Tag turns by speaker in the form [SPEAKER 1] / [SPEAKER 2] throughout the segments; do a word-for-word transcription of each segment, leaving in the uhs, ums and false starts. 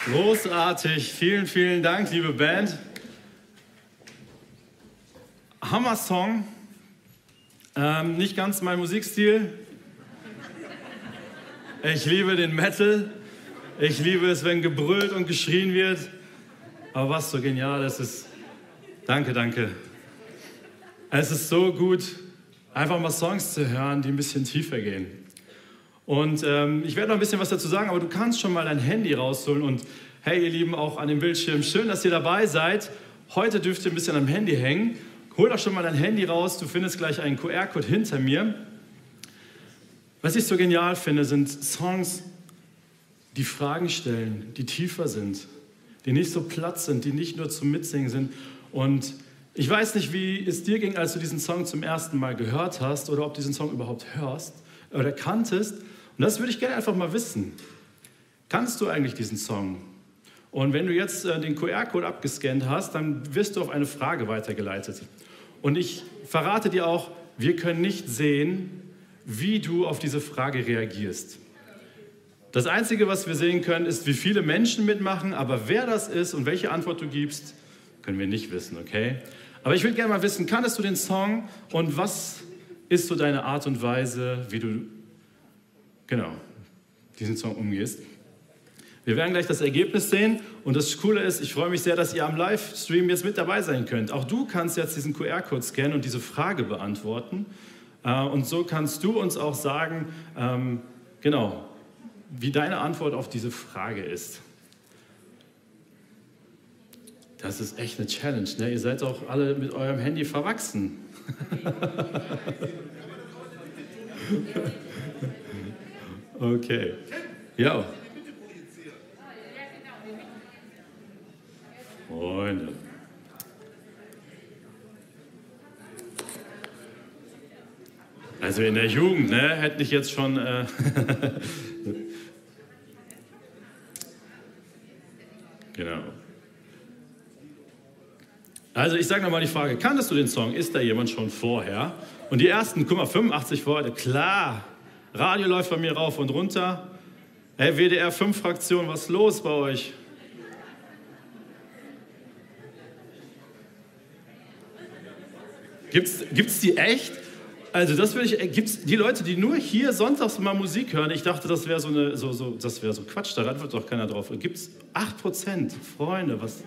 [SPEAKER 1] Großartig, vielen, vielen Dank, liebe Band. Hammer-Song, ähm, nicht ganz mein Musikstil. Ich liebe den Metal, ich liebe es, wenn gebrüllt und geschrien wird. Aber was so genial ist, ist, danke, danke. Es ist so gut, einfach mal Songs zu hören, die ein bisschen tiefer gehen. Und ähm, ich werde noch ein bisschen was dazu sagen, aber du kannst schon mal dein Handy rausholen und hey, ihr Lieben, auch an dem Bildschirm, schön, dass ihr dabei seid. Heute dürft ihr ein bisschen am Handy hängen. Hol doch schon mal dein Handy raus, du findest gleich einen Q R-Code hinter mir. Was ich so genial finde, sind Songs, die Fragen stellen, die tiefer sind, die nicht so platt sind, die nicht nur zum Mitsingen sind. Und ich weiß nicht, wie es dir ging, als du diesen Song zum ersten Mal gehört hast oder ob du diesen Song überhaupt hörst oder kanntest. Und das würde ich gerne einfach mal wissen. Kannst du eigentlich diesen Song? Und wenn du jetzt äh, den Q R-Code abgescannt hast, dann wirst du auf eine Frage weitergeleitet. Und ich verrate dir auch, wir können nicht sehen, wie du auf diese Frage reagierst. Das Einzige, was wir sehen können, ist, wie viele Menschen mitmachen, aber wer das ist und welche Antwort du gibst, können wir nicht wissen, okay? Aber ich würde gerne mal wissen, kanntest du den Song und was ist so deine Art und Weise, wie du genau diesen Song umgehst? Wir werden gleich das Ergebnis sehen und das Coole ist, ich freue mich sehr, dass ihr am Livestream jetzt mit dabei sein könnt. Auch du kannst jetzt diesen Q R-Code scannen und diese Frage beantworten und so kannst du uns auch sagen, ähm, genau, wie deine Antwort auf diese Frage ist. Das ist echt eine Challenge, ne? Ihr seid auch alle mit eurem Handy verwachsen. Okay, ja. Freunde. Also in der Jugend, ne, hätte ich jetzt schon... Äh genau. Also ich sage nochmal die Frage, kanntest du den Song? Ist da jemand schon vorher? Und die ersten, guck mal, fünfundachtzig vor heute, klar. Radio läuft bei mir rauf und runter. Hey, W D R fünf Fraktion, was ist los bei euch? Gibt's, gibt's die echt? Also das will ich, gibt's die Leute, die nur hier sonntags mal Musik hören? Ich dachte, das wäre so eine, so, so, das wäre so Quatsch, da antwortet doch keiner drauf. Gibt's acht Prozent? Freunde, was?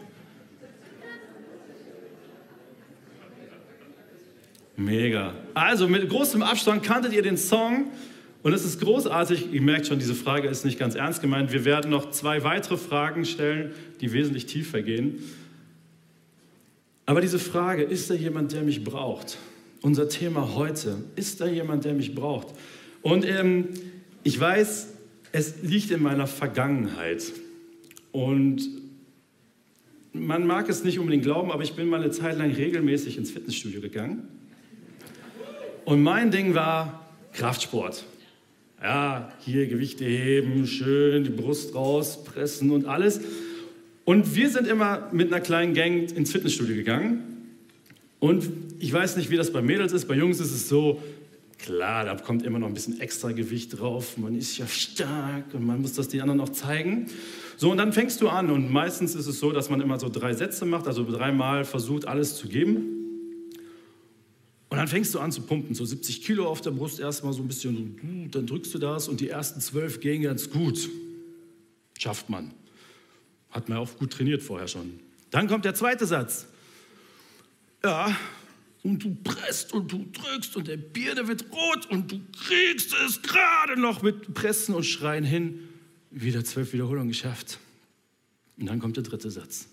[SPEAKER 1] Mega. Also mit großem Abstand kanntet ihr den Song und es ist großartig. Ihr merkt schon, diese Frage ist nicht ganz ernst gemeint. Wir werden noch zwei weitere Fragen stellen, die wesentlich tiefer gehen. Aber diese Frage, ist da jemand, der mich braucht? Unser Thema heute, ist da jemand, der mich braucht? Und ähm, ich weiß, es liegt in meiner Vergangenheit. Und man mag es nicht unbedingt glauben, aber ich bin mal eine Zeit lang regelmäßig ins Fitnessstudio gegangen. Und mein Ding war Kraftsport. Ja, hier Gewichte heben, schön die Brust rauspressen und alles. Und wir sind immer mit einer kleinen Gang ins Fitnessstudio gegangen. Und ich weiß nicht, wie das bei Mädels ist. Bei Jungs ist es so, klar, da kommt immer noch ein bisschen extra Gewicht drauf. Man ist ja stark und man muss das den anderen auch zeigen. So, und dann fängst du an. Und meistens ist es so, dass man immer so drei Sätze macht, also dreimal versucht, alles zu geben. Und dann fängst du an zu pumpen, so siebzig Kilo auf der Brust erstmal so ein bisschen, dann drückst du das und die ersten zwölf gehen ganz gut. Schafft man. Hat man auch gut trainiert vorher schon. Dann kommt der zweite Satz. Ja, und du presst und du drückst und der Birne wird rot und du kriegst es gerade noch mit Pressen und Schreien hin. Wieder zwölf Wiederholungen geschafft. Und dann kommt der dritte Satz.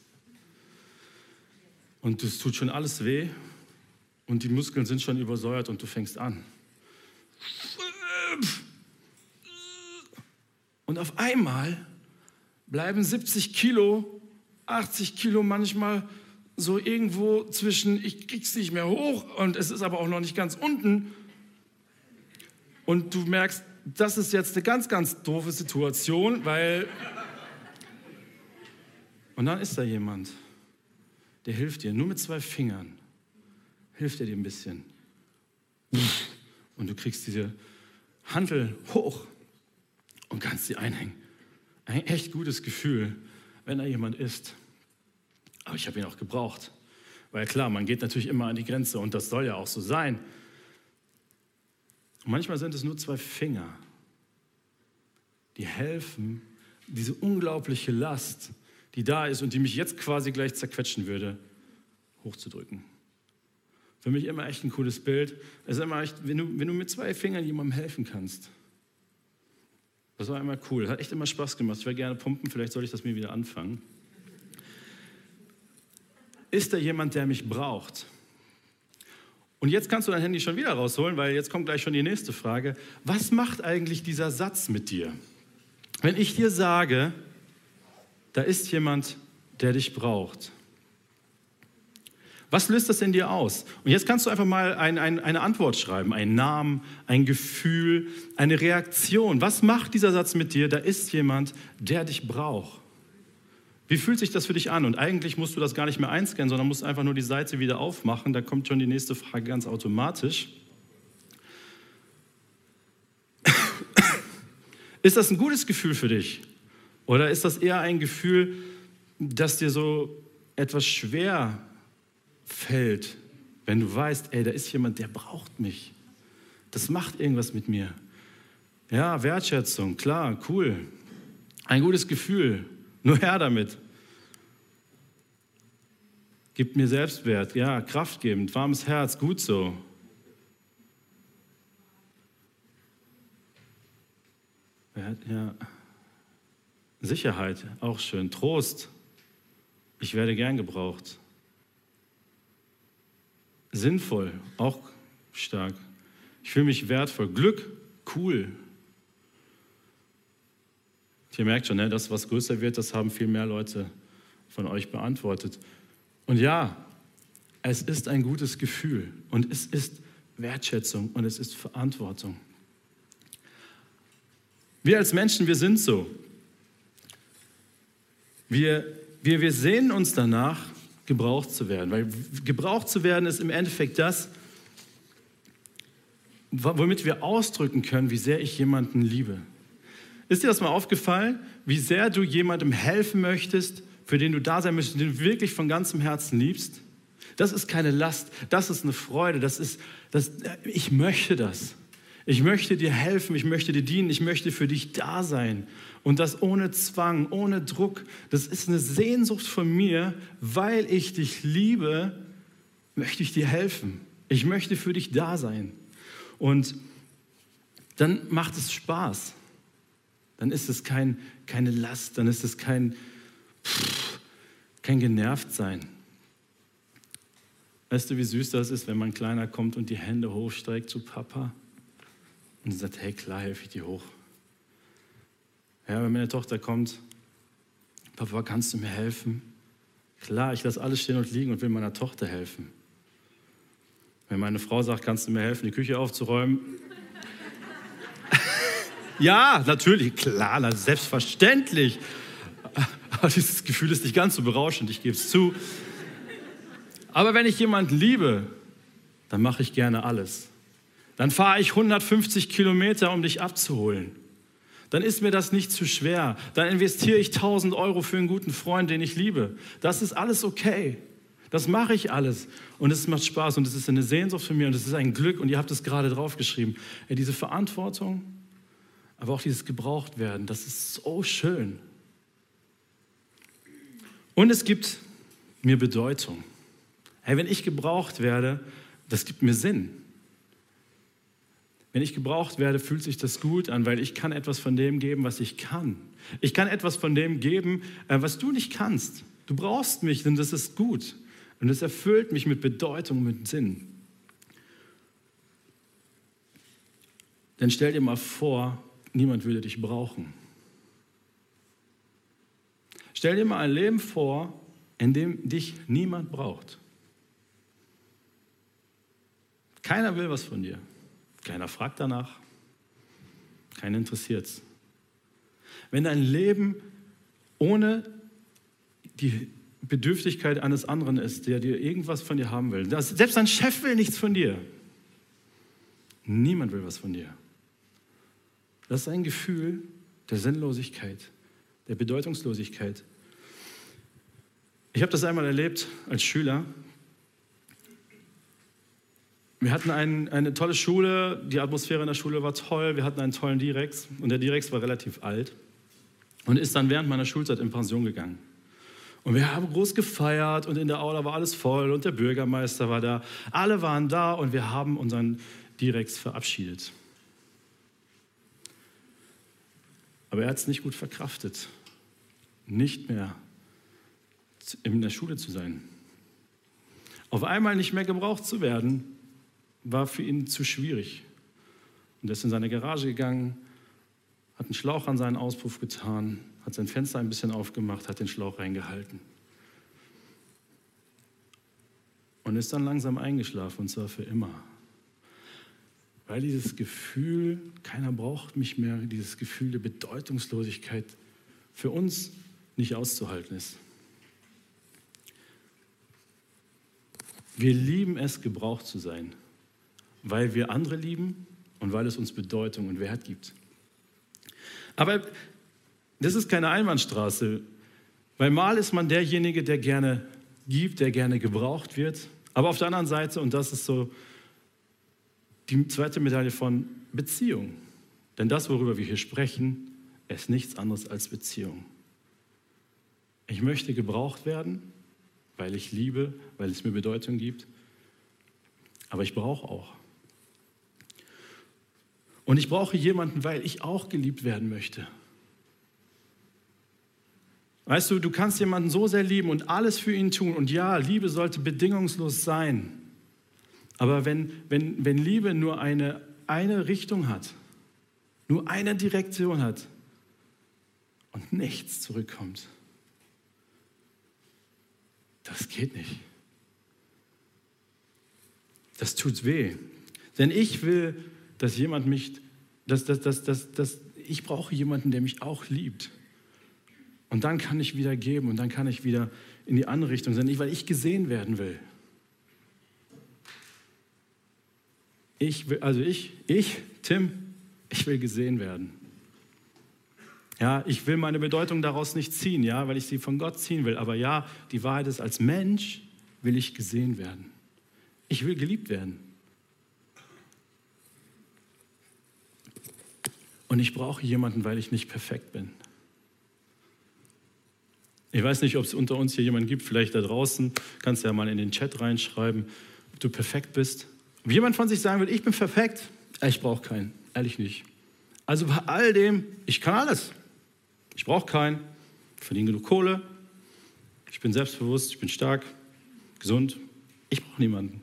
[SPEAKER 1] Und es tut schon alles weh. Und die Muskeln sind schon übersäuert und du fängst an. Und auf einmal bleiben siebzig Kilo, achtzig Kilo manchmal so irgendwo zwischen, ich krieg's nicht mehr hoch und es ist aber auch noch nicht ganz unten. Und du merkst, das ist jetzt eine ganz, ganz doofe Situation, weil... Und dann ist da jemand, der hilft dir, nur mit zwei Fingern. Hilft er dir ein bisschen. Und du kriegst diese Hantel hoch und kannst sie einhängen. Ein echt gutes Gefühl. wenn da jemand ist. Aber ich habe ihn auch gebraucht. Weil klar, man geht natürlich immer an die Grenze und das soll ja auch so sein. Und manchmal sind es nur zwei Finger, die helfen, diese unglaubliche Last, die da ist und die mich jetzt quasi gleich zerquetschen würde, hochzudrücken. Für mich immer echt ein cooles Bild. Es ist immer echt, wenn du, wenn du mit zwei Fingern jemandem helfen kannst. Das war immer cool. Hat echt immer Spaß gemacht. Ich wäre gerne pumpen, vielleicht soll ich das mir wieder anfangen. Ist da jemand, der mich braucht? Und jetzt kannst du dein Handy schon wieder rausholen, weil jetzt kommt gleich schon die nächste Frage. Was macht eigentlich dieser Satz mit dir? Wenn ich dir sage, da ist jemand, der dich braucht. Was löst das in dir aus? Und jetzt kannst du einfach mal ein, ein, eine Antwort schreiben, einen Namen, ein Gefühl, eine Reaktion. Was macht dieser Satz mit dir? Da ist jemand, der dich braucht. Wie fühlt sich das für dich an? Und eigentlich musst du das gar nicht mehr einscannen, sondern musst einfach nur die Seite wieder aufmachen. Da kommt schon die nächste Frage ganz automatisch. Ist das ein gutes Gefühl für dich? Oder ist das eher ein Gefühl, das dir so etwas schwer fällt, wenn du weißt, ey, da ist jemand, der braucht mich. Das macht irgendwas mit mir. Ja, Wertschätzung, klar, cool. Ein gutes Gefühl, nur her damit. Gibt mir Selbstwert, ja, kraftgebend, warmes Herz, gut so. Ja, Sicherheit, auch schön. Trost, ich werde gern gebraucht. Sinnvoll, auch stark. Ich fühle mich wertvoll. Glück, cool. Ihr merkt schon, ne, das, was größer wird, das haben viel mehr Leute von euch beantwortet. Und ja, es ist ein gutes Gefühl und es ist Wertschätzung und es ist Verantwortung. Wir als Menschen, wir sind so. Wir, wir, wir sehnen uns danach, gebraucht zu werden. Weil gebraucht zu werden ist im Endeffekt das, womit wir ausdrücken können, wie sehr ich jemanden liebe. Ist dir das mal aufgefallen, wie sehr du jemandem helfen möchtest, für den du da sein möchtest, den du wirklich von ganzem Herzen liebst? Das ist keine Last, das ist eine Freude, das ist, das, ich möchte das. Ich möchte dir helfen, ich möchte dir dienen, ich möchte für dich da sein. Und das ohne Zwang, ohne Druck. Das ist eine Sehnsucht von mir, weil ich dich liebe, möchte ich dir helfen. Ich möchte für dich da sein. Und dann macht es Spaß. Dann ist es kein, keine Last, dann ist es kein, pff, kein Genervtsein. Weißt du, wie süß das ist, wenn mein Kleiner kommt und die Hände hochstreckt zu Papa? Und sie sagt, hey, klar, helfe ich dir hoch. Ja, wenn meine Tochter kommt, Papa, kannst du mir helfen? Klar, ich lasse alles stehen und liegen und will meiner Tochter helfen. Wenn meine Frau sagt, kannst du mir helfen, die Küche aufzuräumen? Ja, natürlich, klar, selbstverständlich. Aber dieses Gefühl ist nicht ganz so berauschend, ich gebe es zu. Aber wenn ich jemanden liebe, dann mache ich gerne alles. Dann fahre ich hundertfünfzig Kilometer, um dich abzuholen. Dann ist mir das nicht zu schwer. Dann investiere ich tausend Euro für einen guten Freund, den ich liebe. Das ist alles okay. Das mache ich alles. Und es macht Spaß und es ist eine Sehnsucht für mich und es ist ein Glück. Und ihr habt es gerade draufgeschrieben. Ey, diese Verantwortung, aber auch dieses Gebrauchtwerden, das ist so schön. Und es gibt mir Bedeutung. Hey, wenn ich gebraucht werde, das gibt mir Sinn. Wenn ich gebraucht werde, fühlt sich das gut an, weil ich kann etwas von dem geben, was ich kann. Ich kann etwas von dem geben, was du nicht kannst. Du brauchst mich, denn das ist gut. Und es erfüllt mich mit Bedeutung, mit Sinn. Denn stell dir mal vor, niemand würde dich brauchen. Stell dir mal ein Leben vor, in dem dich niemand braucht. Keiner will was von dir. Keiner fragt danach. Keiner interessiert es. Wenn dein Leben ohne die Bedürftigkeit eines anderen ist, der dir irgendwas von dir haben will, das, selbst dein Chef will nichts von dir. Niemand will was von dir. Das ist ein Gefühl der Sinnlosigkeit, der Bedeutungslosigkeit. Ich habe das einmal erlebt als Schüler. Wir hatten ein, eine tolle Schule, die Atmosphäre in der Schule war toll, wir hatten einen tollen Direx und der Direx war relativ alt und ist dann während meiner Schulzeit in Pension gegangen. Und wir haben groß gefeiert und in der Aula war alles voll und der Bürgermeister war da. Alle waren da und wir haben unseren Direx verabschiedet. Aber er hat es nicht gut verkraftet, nicht mehr in der Schule zu sein. Auf einmal nicht mehr gebraucht zu werden, war für ihn zu schwierig. Und er ist in seine Garage gegangen, hat einen Schlauch an seinen Auspuff getan, hat sein Fenster ein bisschen aufgemacht, hat den Schlauch reingehalten. Und ist dann langsam eingeschlafen, und zwar für immer. Weil dieses Gefühl, keiner braucht mich mehr, dieses Gefühl der Bedeutungslosigkeit für uns nicht auszuhalten ist. Wir lieben es, gebraucht zu sein, weil wir andere lieben und weil es uns Bedeutung und Wert gibt. Aber das ist keine Einbahnstraße, weil mal ist man derjenige, der gerne gibt, der gerne gebraucht wird. Aber auf der anderen Seite, und das ist so die zweite Medaille von Beziehung. Denn das, worüber wir hier sprechen, ist nichts anderes als Beziehung. Ich möchte gebraucht werden, weil ich liebe, weil es mir Bedeutung gibt. Aber ich brauche auch. Und ich brauche jemanden, weil ich auch geliebt werden möchte. Weißt du, du kannst jemanden so sehr lieben und alles für ihn tun. Und ja, Liebe sollte bedingungslos sein. Aber wenn, wenn, wenn Liebe nur eine, eine Richtung hat, nur eine Direktion hat und nichts zurückkommt, das geht nicht. Das tut weh. Denn ich will, dass jemand mich, dass, dass, dass, dass, dass ich brauche jemanden, der mich auch liebt. Und dann kann ich wieder geben und dann kann ich wieder in die andere Richtung sein, weil ich gesehen werden will. Ich will, also ich, ich, Tim, ich will gesehen werden. Ja, ich will meine Bedeutung daraus nicht ziehen, ja, weil ich sie von Gott ziehen will. Aber ja, die Wahrheit ist, als Mensch will ich gesehen werden. Ich will geliebt werden. Und ich brauche jemanden, weil ich nicht perfekt bin. Ich weiß nicht, ob es unter uns hier jemanden gibt, vielleicht da draußen, kannst du ja mal in den Chat reinschreiben, ob du perfekt bist. Ob jemand von sich sagen will, ich bin perfekt, ich brauche keinen, ehrlich nicht. Also bei all dem, ich kann alles. Ich brauche keinen, ich verdiene genug Kohle, ich bin selbstbewusst, ich bin stark, gesund, ich brauche niemanden.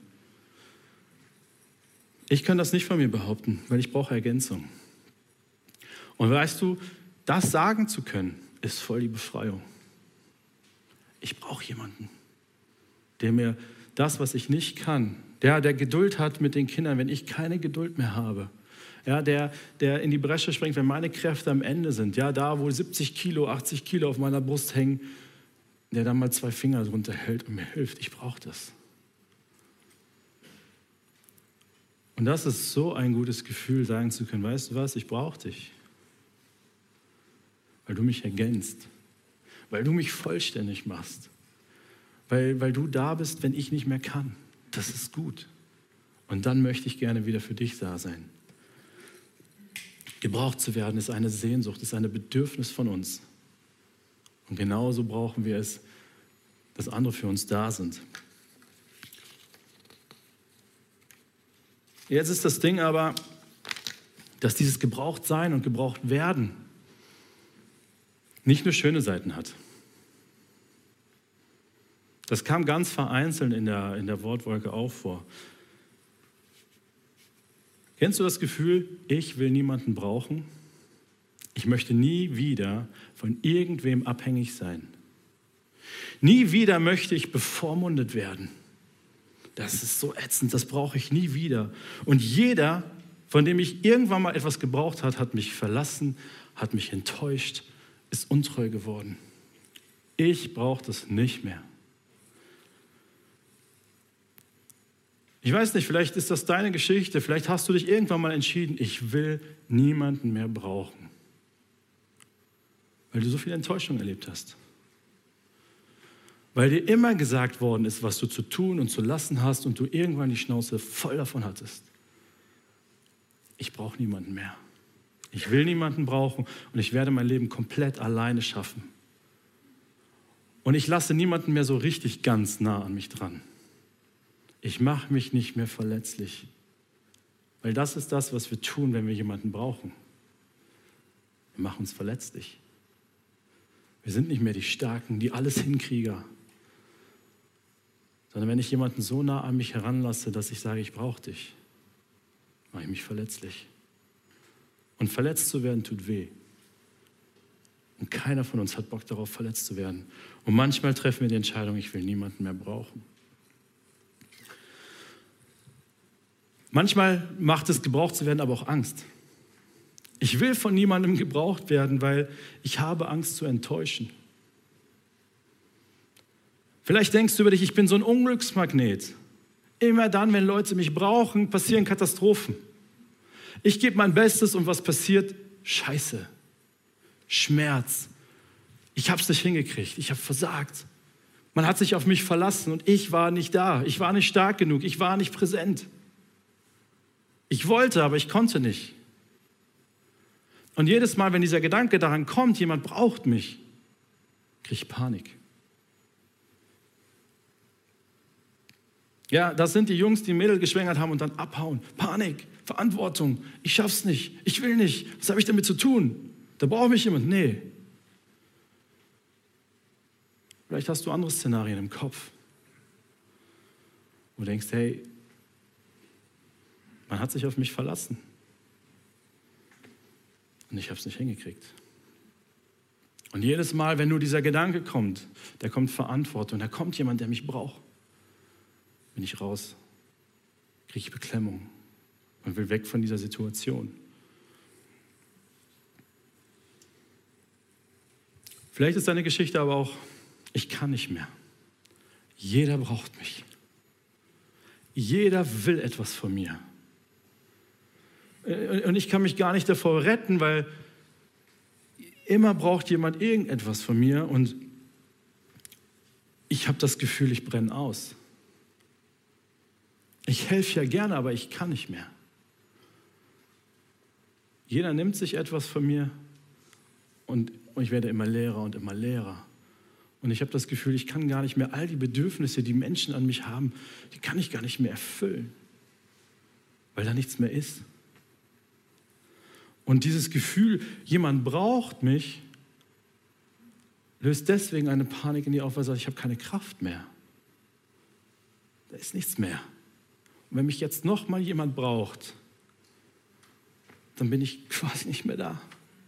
[SPEAKER 1] Ich kann das nicht von mir behaupten, weil ich brauche Ergänzung. Und weißt du, das sagen zu können, ist voll die Befreiung. Ich brauche jemanden, der mir das, was ich nicht kann, der, der Geduld hat mit den Kindern, wenn ich keine Geduld mehr habe. Ja, der, der in die Bresche springt, wenn meine Kräfte am Ende sind. Ja, da, wo siebzig Kilo, achtzig Kilo auf meiner Brust hängen, der dann mal zwei Finger drunter hält und mir hilft. Ich brauche das. Und das ist so ein gutes Gefühl, sagen zu können, weißt du was, ich brauche dich. Weil du mich ergänzt. Weil du mich vollständig machst. Weil, weil du da bist, wenn ich nicht mehr kann. Das ist gut. Und dann möchte ich gerne wieder für dich da sein. Gebraucht zu werden ist eine Sehnsucht, ist ein Bedürfnis von uns. Und genauso brauchen wir es, dass andere für uns da sind. Jetzt ist das Ding aber, dass dieses Gebrauchtsein und Gebrauchtwerden nicht nur schöne Seiten hat. Das kam ganz vereinzelt in der, in der Wortwolke auch vor. Kennst du das Gefühl, ich will niemanden brauchen? Ich möchte nie wieder von irgendwem abhängig sein. Nie wieder möchte ich bevormundet werden. Das ist so ätzend, das brauche ich nie wieder. Und jeder, von dem ich irgendwann mal etwas gebraucht habe, hat mich verlassen, hat mich enttäuscht, ist untreu geworden. Ich brauche das nicht mehr. Ich weiß nicht, vielleicht ist das deine Geschichte, vielleicht hast du dich irgendwann mal entschieden, ich will niemanden mehr brauchen, weil du so viel Enttäuschung erlebt hast. weil dir immer gesagt worden ist, was du zu tun und zu lassen hast und du irgendwann die Schnauze voll davon hattest. Ich brauche niemanden mehr. Ich will niemanden brauchen und ich werde mein Leben komplett alleine schaffen. Und ich lasse niemanden mehr so richtig ganz nah an mich dran. Ich mache mich nicht mehr verletzlich. Weil das ist das, was wir tun, wenn wir jemanden brauchen. Wir machen uns verletzlich. Wir sind nicht mehr die Starken, die alles Hinkrieger. Sondern wenn ich jemanden so nah an mich heranlasse, dass ich sage, ich brauche dich, mache ich mich verletzlich. Und verletzt zu werden tut weh. Und keiner von uns hat Bock darauf, verletzt zu werden. Und manchmal treffen wir die Entscheidung, ich will niemanden mehr brauchen. Manchmal macht es, gebraucht zu werden, aber auch Angst. Ich will von niemandem gebraucht werden, weil ich habe Angst zu enttäuschen. Vielleicht denkst du über dich, ich bin so ein Unglücksmagnet. Immer dann, wenn Leute mich brauchen, passieren Katastrophen. Ich gebe mein Bestes und was passiert? Scheiße. Schmerz. Ich habe es nicht hingekriegt. Ich habe versagt. Man hat sich auf mich verlassen und ich war nicht da. Ich war nicht stark genug. Ich war nicht präsent. Ich wollte, aber ich konnte nicht. Und jedes Mal, wenn dieser Gedanke daran kommt, jemand braucht mich, kriege ich Panik. Ja, das sind die Jungs, die Mädel geschwängert haben und dann abhauen. Panik, Verantwortung, ich schaff's nicht, ich will nicht. Was habe ich damit zu tun? Da braucht mich jemand. Nee. Vielleicht hast du andere Szenarien im Kopf. Wo du denkst, hey, man hat sich auf mich verlassen. Und ich habe es nicht hingekriegt. Und jedes Mal, wenn nur dieser Gedanke kommt, da kommt Verantwortung, da kommt jemand, der mich braucht, bin ich raus, kriege ich Beklemmung und will weg von dieser Situation. Vielleicht ist deine Geschichte aber auch, ich kann nicht mehr. Jeder braucht mich. Jeder will etwas von mir. Und ich kann mich gar nicht davor retten, weil immer braucht jemand irgendetwas von mir und ich habe das Gefühl, ich brenne aus. Ich helfe ja gerne, aber ich kann nicht mehr. Jeder nimmt sich etwas von mir und ich werde immer leerer und immer leerer. Und ich habe das Gefühl, ich kann gar nicht mehr all die Bedürfnisse, die Menschen an mich haben, die kann ich gar nicht mehr erfüllen, weil da nichts mehr ist. Und dieses Gefühl, jemand braucht mich, löst deswegen eine Panik in dir auf, weil er sagt, ich habe keine Kraft mehr. Da ist nichts mehr. Und wenn mich jetzt noch mal jemand braucht, dann bin ich quasi nicht mehr da.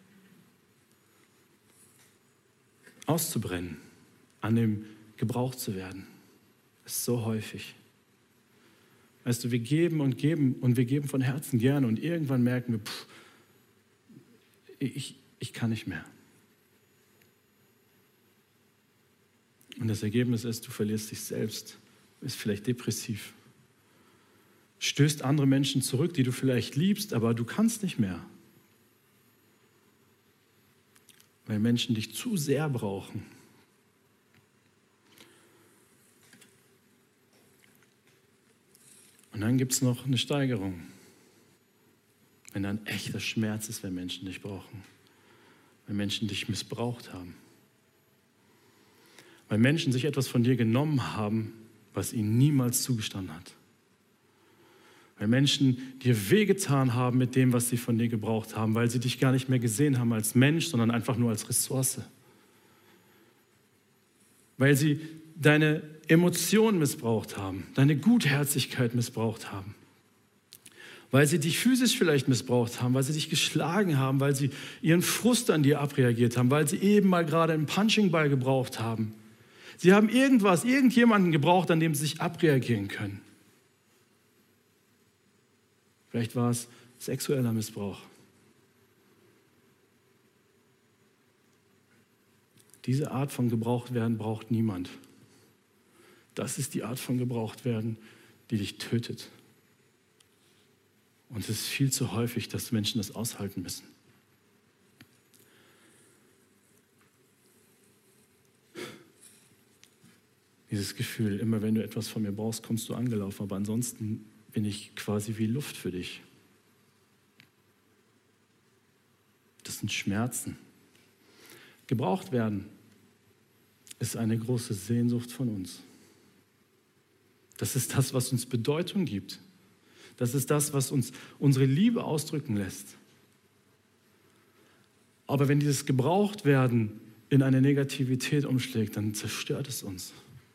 [SPEAKER 1] Auszubrennen, an dem gebraucht zu werden, ist so häufig. Weißt du, wir geben und geben und wir geben von Herzen gerne und irgendwann merken wir, pff, ich, ich kann nicht mehr. Und das Ergebnis ist, du verlierst dich selbst, bist vielleicht depressiv, stößt andere Menschen zurück, die du vielleicht liebst, aber du kannst nicht mehr. Weil Menschen dich zu sehr brauchen. Und dann gibt es noch eine Steigerung. Wenn dann echter Schmerz ist, wenn Menschen dich brauchen. Wenn Menschen dich missbraucht haben. Weil Menschen sich etwas von dir genommen haben, was ihnen niemals zugestanden hat. Weil Menschen dir wehgetan haben mit dem, was sie von dir gebraucht haben, weil sie dich gar nicht mehr gesehen haben als Mensch, sondern einfach nur als Ressource. Weil sie deine Emotionen missbraucht haben, deine Gutherzigkeit missbraucht haben. Weil sie dich physisch vielleicht missbraucht haben, weil sie dich geschlagen haben, weil sie ihren Frust an dir abreagiert haben, weil sie eben mal gerade einen Punching-Ball gebraucht haben. Sie haben irgendwas, irgendjemanden gebraucht, an dem sie sich abreagieren können. Vielleicht war es sexueller Missbrauch. Diese Art von gebraucht werden braucht niemand. Das ist die Art von gebraucht werden, die dich tötet. Und es ist viel zu häufig, dass Menschen das aushalten müssen. Dieses Gefühl, immer wenn du etwas von mir brauchst, kommst du angelaufen, aber ansonsten bin ich quasi wie Luft für dich. Das sind Schmerzen. Gebraucht werden ist eine große Sehnsucht von uns. Das ist das, was uns Bedeutung gibt. Das ist das, was uns unsere Liebe ausdrücken lässt. Aber wenn dieses Gebrauchtwerden in eine Negativität umschlägt, dann zerstört es uns.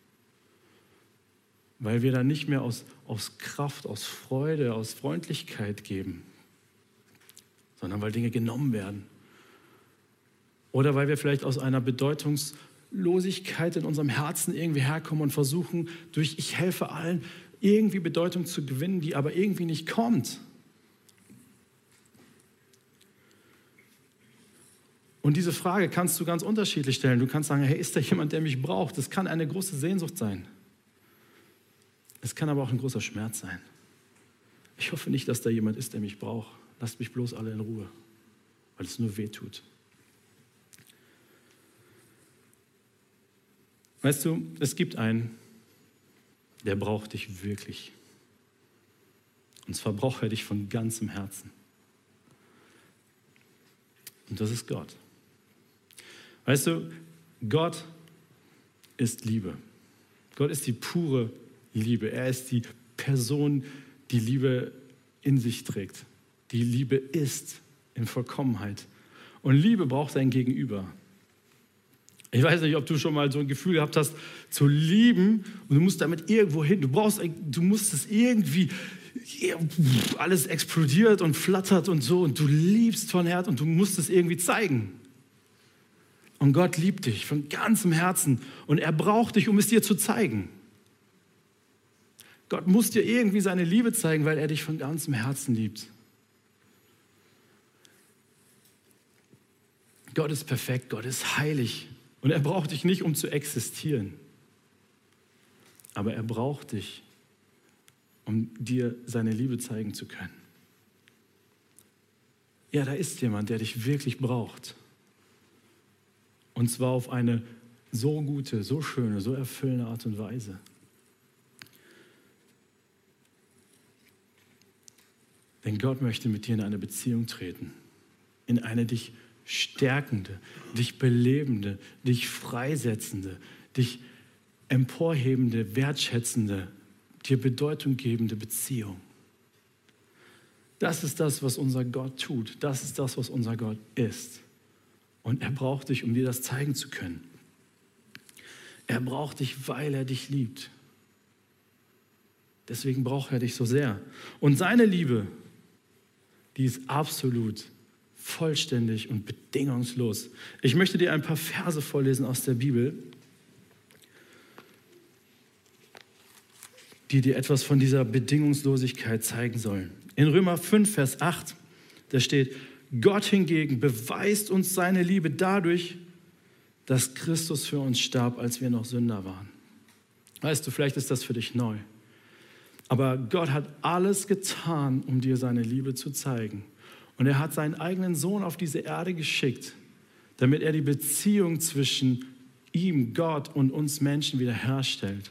[SPEAKER 1] Weil wir dann nicht mehr aus, aus Kraft, aus Freude, aus Freundlichkeit geben, sondern weil Dinge genommen werden. Oder weil wir vielleicht aus einer Bedeutungslosigkeit in unserem Herzen irgendwie herkommen und versuchen, durch ich helfe allen irgendwie Bedeutung zu gewinnen, die aber irgendwie nicht kommt. Und diese Frage kannst du ganz unterschiedlich stellen. Du kannst sagen, hey, ist da jemand, der mich braucht? Das kann eine große Sehnsucht sein. Es kann aber auch ein großer Schmerz sein. Ich hoffe nicht, dass da jemand ist, der mich braucht. Lasst mich bloß alle in Ruhe, weil es nur weh tut. Weißt du, es gibt einen, der braucht dich wirklich. Und zwar braucht er dich von ganzem Herzen. Und das ist Gott. Weißt du, Gott ist Liebe. Gott ist die pure Liebe. Er ist die Person, die Liebe in sich trägt. Die Liebe ist in Vollkommenheit. Und Liebe braucht ein Gegenüber. Ich weiß nicht, ob du schon mal so ein Gefühl gehabt hast, zu lieben und du musst damit irgendwo hin. Du brauchst, du musst es irgendwie, alles explodiert und flattert und so und du liebst von Herzen und du musst es irgendwie zeigen. Und Gott liebt dich von ganzem Herzen und er braucht dich, um es dir zu zeigen. Gott muss dir irgendwie seine Liebe zeigen, weil er dich von ganzem Herzen liebt. Gott ist perfekt, Gott ist heilig und er braucht dich nicht, um zu existieren. Aber er braucht dich, um dir seine Liebe zeigen zu können. Ja, da ist jemand, der dich wirklich braucht. Und zwar auf eine so gute, so schöne, so erfüllende Art und Weise. Denn Gott möchte mit dir in eine Beziehung treten, in eine dich stärkende, dich belebende, dich freisetzende, dich emporhebende, wertschätzende, dir Bedeutung gebende Beziehung. Das ist das, was unser Gott tut. Das ist das, was unser Gott ist. Und er braucht dich, um dir das zeigen zu können. Er braucht dich, weil er dich liebt. Deswegen braucht er dich so sehr. Und seine Liebe, die ist absolut vollständig und bedingungslos. Ich möchte dir ein paar Verse vorlesen aus der Bibel, die dir etwas von dieser Bedingungslosigkeit zeigen sollen. In Römer fünf, Vers acht, da steht, Gott hingegen beweist uns seine Liebe dadurch, dass Christus für uns starb, als wir noch Sünder waren. Weißt du, vielleicht ist das für dich neu. Aber Gott hat alles getan, um dir seine Liebe zu zeigen. Und er hat seinen eigenen Sohn auf diese Erde geschickt, damit er die Beziehung zwischen ihm, Gott und uns Menschen wiederherstellt.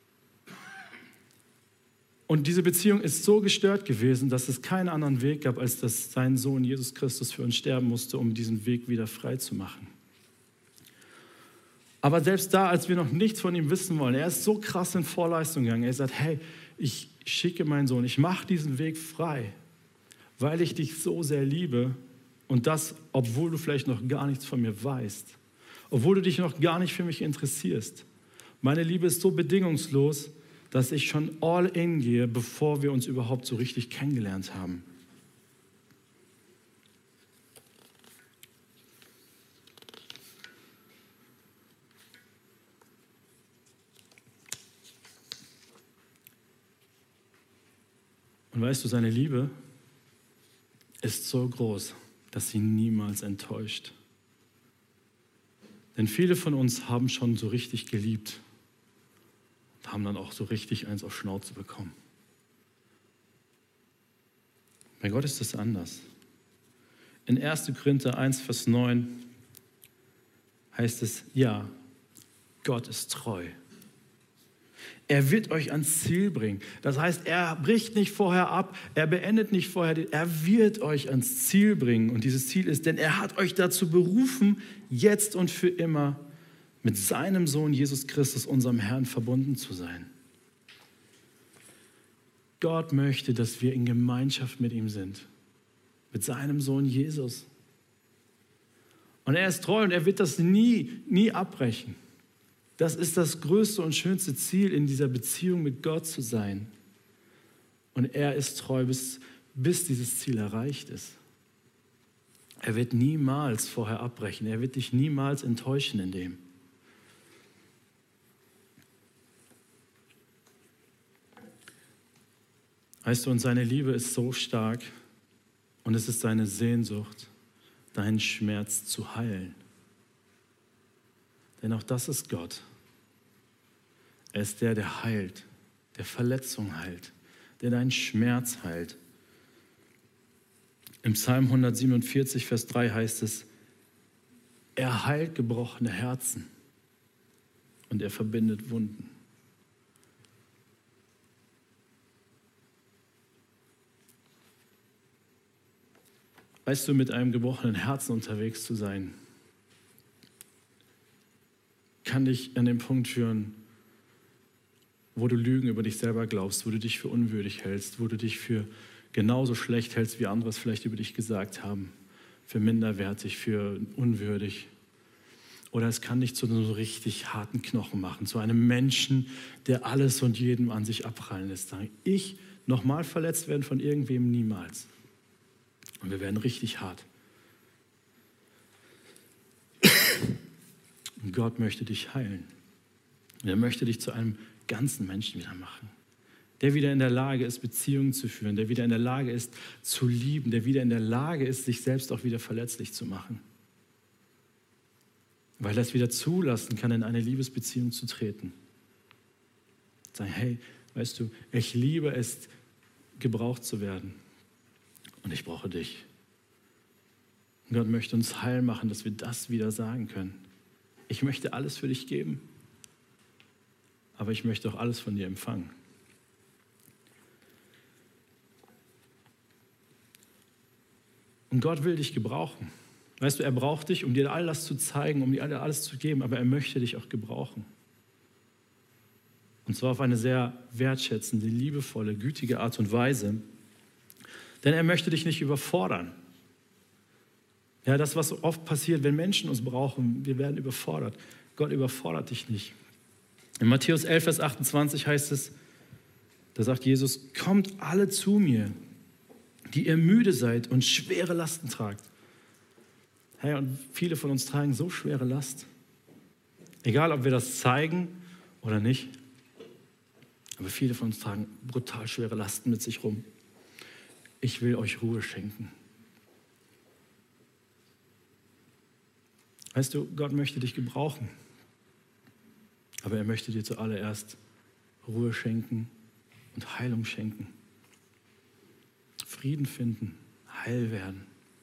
[SPEAKER 1] Und diese Beziehung ist so gestört gewesen, dass es keinen anderen Weg gab, als dass sein Sohn Jesus Christus für uns sterben musste, um diesen Weg wieder frei zu machen. Aber selbst da, als wir noch nichts von ihm wissen wollen, er ist so krass in Vorleistung gegangen. Er sagt, hey, ich schicke meinen Sohn, ich mache diesen Weg frei, weil ich dich so sehr liebe und das, obwohl du vielleicht noch gar nichts von mir weißt, obwohl du dich noch gar nicht für mich interessierst. Meine Liebe ist so bedingungslos, dass ich schon all in gehe, bevor wir uns überhaupt so richtig kennengelernt haben. Und weißt du, seine Liebe ist so groß, dass sie niemals enttäuscht. Denn viele von uns haben schon so richtig geliebt und haben dann auch so richtig eins auf Schnauze bekommen. Bei Gott ist das anders. In erster Korinther eins, Vers neun heißt es, ja, Gott ist treu. Er wird euch ans Ziel bringen. Das heißt, er bricht nicht vorher ab, er beendet nicht vorher, er wird euch ans Ziel bringen. Und dieses Ziel ist, denn er hat euch dazu berufen, jetzt und für immer mit seinem Sohn Jesus Christus, unserem Herrn, verbunden zu sein. Gott möchte, dass wir in Gemeinschaft mit ihm sind, mit seinem Sohn Jesus. Und er ist treu und er wird das nie, nie abbrechen. Das ist das größte und schönste Ziel, in dieser Beziehung mit Gott zu sein. Und er ist treu, bis, bis dieses Ziel erreicht ist. Er wird niemals vorher abbrechen. Er wird dich niemals enttäuschen in dem. Weißt du, und seine Liebe ist so stark und es ist seine Sehnsucht, deinen Schmerz zu heilen. Denn auch das ist Gott. Er ist der, der heilt, der Verletzung heilt, der deinen Schmerz heilt. Im Psalm hundertsiebenundvierzig, Vers drei heißt es, er heilt gebrochene Herzen und er verbindet Wunden. Weißt du, mit einem gebrochenen Herzen unterwegs zu sein, kann dich an den Punkt führen, wo du Lügen über dich selber glaubst, wo du dich für unwürdig hältst, wo du dich für genauso schlecht hältst, wie andere es vielleicht über dich gesagt haben, für minderwertig, für unwürdig. Oder es kann dich zu einem so richtig harten Knochen machen, zu einem Menschen, der alles und jedem an sich abprallen lässt. Sagen, ich nochmal verletzt werden von irgendwem niemals. Und wir werden richtig hart. Und Gott möchte dich heilen. Er möchte dich zu einem ganzen Menschen wieder machen. Der wieder in der Lage ist, Beziehungen zu führen, der wieder in der Lage ist, zu lieben, der wieder in der Lage ist, sich selbst auch wieder verletzlich zu machen. Weil er es wieder zulassen kann, in eine Liebesbeziehung zu treten. Sagen, hey, weißt du, ich liebe es, gebraucht zu werden. Und ich brauche dich. Und Gott möchte uns heil machen, dass wir das wieder sagen können. Ich möchte alles für dich geben, aber ich möchte auch alles von dir empfangen. Und Gott will dich gebrauchen. Weißt du, er braucht dich, um dir all das zu zeigen, um dir alles zu geben, aber er möchte dich auch gebrauchen. Und zwar auf eine sehr wertschätzende, liebevolle, gütige Art und Weise. Denn er möchte dich nicht überfordern. Ja, das, was oft passiert, wenn Menschen uns brauchen, wir werden überfordert. Gott überfordert dich nicht. In Matthäus elf, Vers achtundzwanzig heißt es, da sagt Jesus, kommt alle zu mir, die ihr müde seid und schwere Lasten tragt. Hey, und viele von uns tragen so schwere Last. Egal, ob wir das zeigen oder nicht. Aber viele von uns tragen brutal schwere Lasten mit sich rum. Ich will euch Ruhe schenken. Weißt du, Gott möchte dich gebrauchen. Aber er möchte dir zuallererst Ruhe schenken und Heilung schenken. Frieden finden, heil werden.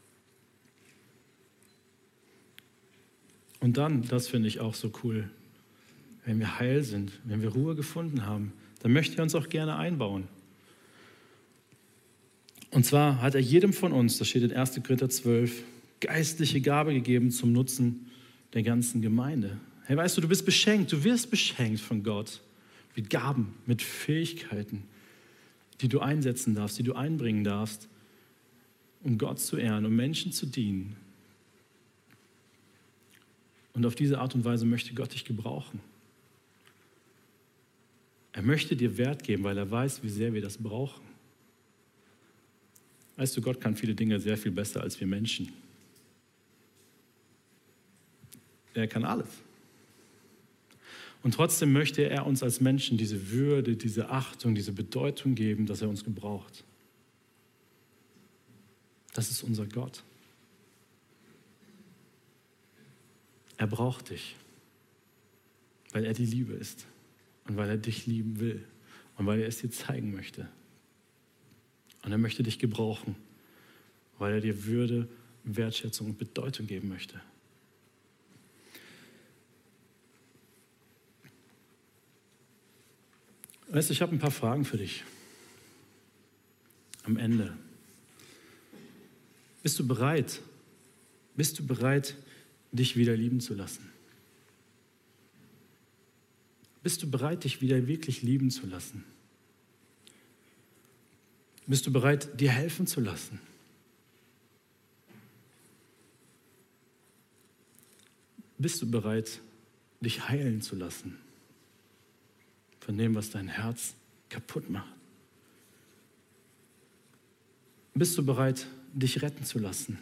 [SPEAKER 1] Und dann, das finde ich auch so cool, wenn wir heil sind, wenn wir Ruhe gefunden haben, dann möchte er uns auch gerne einbauen. Und zwar hat er jedem von uns, das steht in erster Korinther zwölf, geistliche Gabe gegeben zum Nutzen der ganzen Gemeinde. Hey, weißt du, du bist beschenkt, du wirst beschenkt von Gott mit Gaben, mit Fähigkeiten, die du einsetzen darfst, die du einbringen darfst, um Gott zu ehren, um Menschen zu dienen. Und auf diese Art und Weise möchte Gott dich gebrauchen. Er möchte dir Wert geben, weil er weiß, wie sehr wir das brauchen. Weißt du, Gott kann viele Dinge sehr viel besser als wir Menschen. Er kann alles. Und trotzdem möchte er uns als Menschen diese Würde, diese Achtung, diese Bedeutung geben, dass er uns gebraucht. Das ist unser Gott. Er braucht dich, weil er die Liebe ist und weil er dich lieben will und weil er es dir zeigen möchte. Und er möchte dich gebrauchen, weil er dir Würde, Wertschätzung und Bedeutung geben möchte. Weißt du, ich habe ein paar Fragen für dich. Am Ende. Bist du bereit? Bist du bereit, dich wieder lieben zu lassen? Bist du bereit, dich wieder wirklich lieben zu lassen? Bist du bereit, dir helfen zu lassen? Bist du bereit, dich heilen zu lassen von dem, was dein Herz kaputt macht? Bist du bereit, dich retten zu lassen?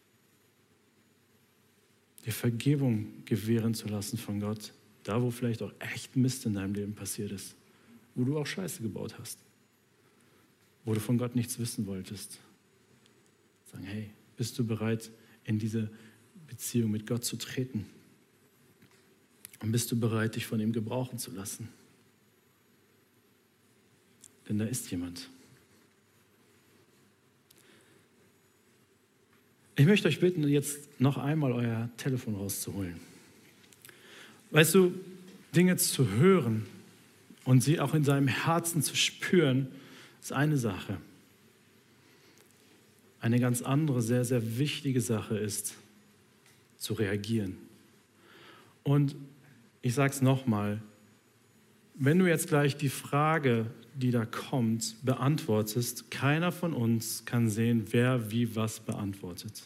[SPEAKER 1] Dir Vergebung gewähren zu lassen von Gott, da wo vielleicht auch echt Mist in deinem Leben passiert ist, wo du auch Scheiße gebaut hast, wo du von Gott nichts wissen wolltest. Sagen, hey, bist du bereit, in diese Beziehung mit Gott zu treten? Und bist du bereit, dich von ihm gebrauchen zu lassen? Denn da ist jemand. Ich möchte euch bitten, jetzt noch einmal euer Telefon rauszuholen. Weißt du, Dinge zu hören und sie auch in seinem Herzen zu spüren, ist eine Sache. Eine ganz andere, sehr, sehr wichtige Sache ist, zu reagieren. Und ich sage es nochmal, wenn du jetzt gleich die Frage, die da kommt, beantwortest, keiner von uns kann sehen, wer wie was beantwortet.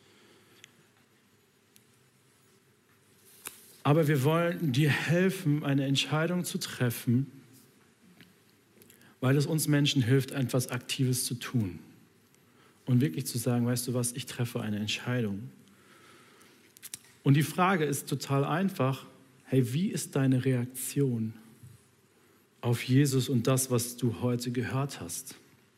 [SPEAKER 1] Aber wir wollen dir helfen, eine Entscheidung zu treffen, weil es uns Menschen hilft, etwas Aktives zu tun. Und wirklich zu sagen, weißt du was, ich treffe eine Entscheidung. Und die Frage ist total einfach, hey, wie ist deine Reaktion auf Jesus und das, was du heute gehört hast?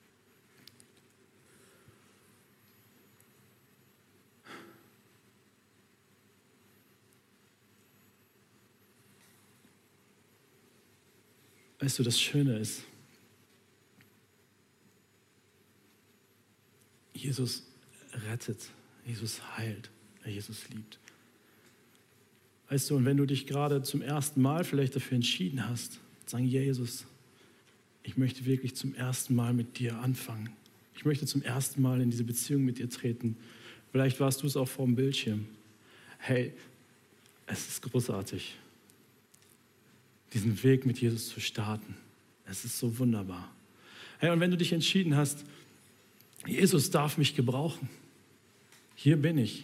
[SPEAKER 1] Weißt du, das Schöne ist, Jesus rettet, Jesus heilt, Jesus liebt. Weißt du, und wenn du dich gerade zum ersten Mal vielleicht dafür entschieden hast, sagen, Jesus, ich möchte wirklich zum ersten Mal mit dir anfangen. Ich möchte zum ersten Mal in diese Beziehung mit dir treten. Vielleicht warst du es auch vor dem Bildschirm. Hey, es ist großartig, diesen Weg mit Jesus zu starten. Es ist so wunderbar. Hey, und wenn du dich entschieden hast, Jesus darf mich gebrauchen. Hier bin ich.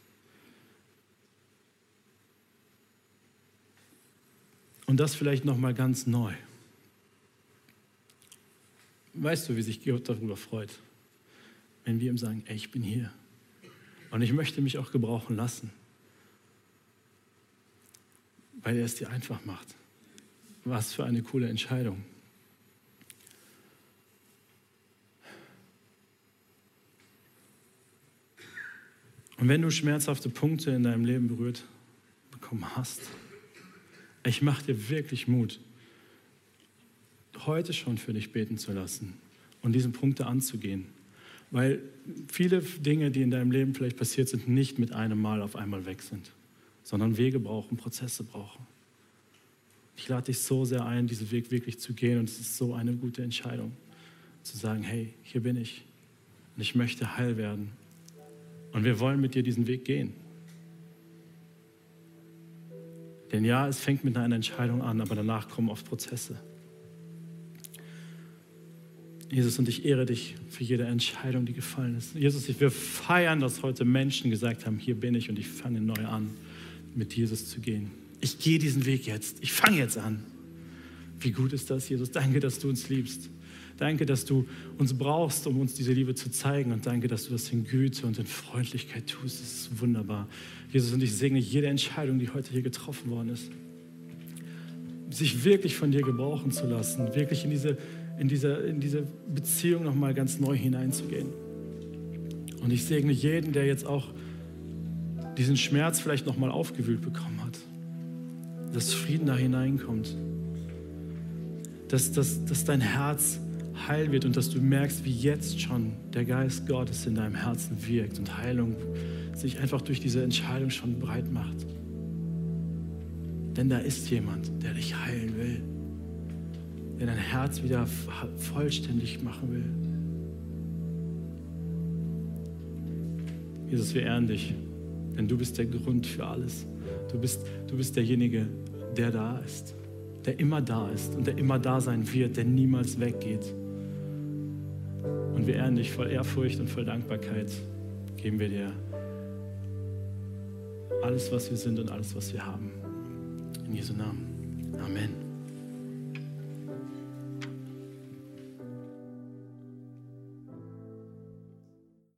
[SPEAKER 1] Und das vielleicht nochmal ganz neu. Weißt du, wie sich Gott darüber freut, wenn wir ihm sagen, ey, ich bin hier. Und ich möchte mich auch gebrauchen lassen. Weil er es dir einfach macht. Was für eine coole Entscheidung. Und wenn du schmerzhafte Punkte in deinem Leben berührt bekommen hast, ich mache dir wirklich Mut, heute schon für dich beten zu lassen und diese Punkte anzugehen. Weil viele Dinge, die in deinem Leben vielleicht passiert sind, nicht mit einem Mal auf einmal weg sind, sondern Wege brauchen, Prozesse brauchen. Ich lade dich so sehr ein, diesen Weg wirklich zu gehen, und es ist so eine gute Entscheidung, zu sagen, hey, hier bin ich und ich möchte heil werden und wir wollen mit dir diesen Weg gehen. Denn ja, es fängt mit einer Entscheidung an, aber danach kommen oft Prozesse. Jesus, und ich ehre dich für jede Entscheidung, die gefallen ist. Jesus, wir feiern, dass heute Menschen gesagt haben, hier bin ich und ich fange neu an, mit Jesus zu gehen. Ich gehe diesen Weg jetzt. Ich fange jetzt an. Wie gut ist das, Jesus? Danke, dass du uns liebst. Danke, dass du uns brauchst, um uns diese Liebe zu zeigen. Und danke, dass du das in Güte und in Freundlichkeit tust. Das ist wunderbar. Jesus, und ich segne jede Entscheidung, die heute hier getroffen worden ist, sich wirklich von dir gebrauchen zu lassen, wirklich in diese, in diese, in diese Beziehung nochmal ganz neu hineinzugehen. Und ich segne jeden, der jetzt auch diesen Schmerz vielleicht nochmal aufgewühlt bekommen hat, dass Frieden da hineinkommt, dass, dass, dass dein Herz heil wird und dass du merkst, wie jetzt schon der Geist Gottes in deinem Herzen wirkt und Heilung sich einfach durch diese Entscheidung schon breit macht. Denn da ist jemand, der dich heilen will. der dein Herz wieder vollständig machen will. Jesus, wir ehren dich, denn du bist der Grund für alles. Du bist, du bist derjenige, der da ist, der immer da ist und der immer da sein wird, der niemals weggeht. Und wir ehren dich voll Ehrfurcht und voll Dankbarkeit. Geben wir dir alles, was wir sind und alles, was wir haben. In Jesu Namen. Amen.